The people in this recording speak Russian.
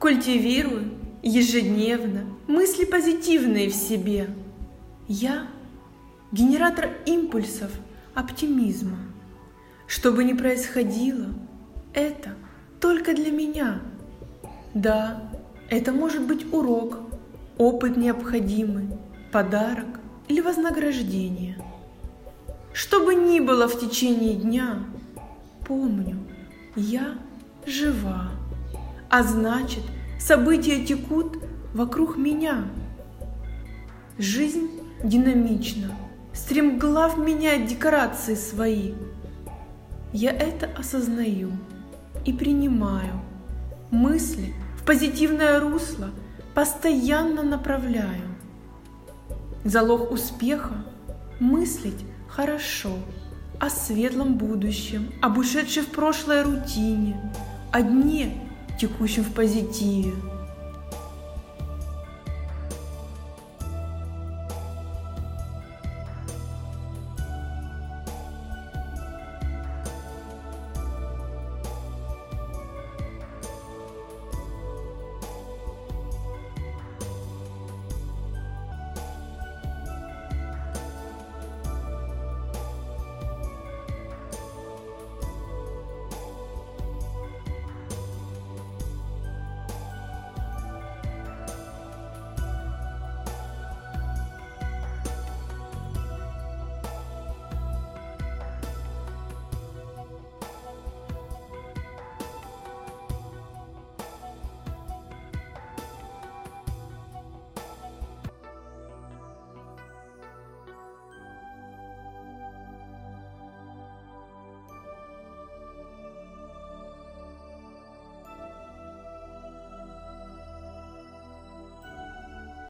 Культивирую ежедневно мысли позитивные в себе. Я – генератор импульсов оптимизма. Что бы ни происходило, это только для меня. Да, это может быть урок, опыт необходимый, подарок или вознаграждение. Что бы ни было в течение дня, помню, я жива, а значит, события текут вокруг меня. Жизнь динамична, стремглав меняет декорации свои. Я это осознаю и принимаю. Мысли в позитивное русло постоянно направляю. Залог успеха – мыслить хорошо, о светлом будущем, об ушедшей в прошлое рутине, о дне, текущем в позитиве.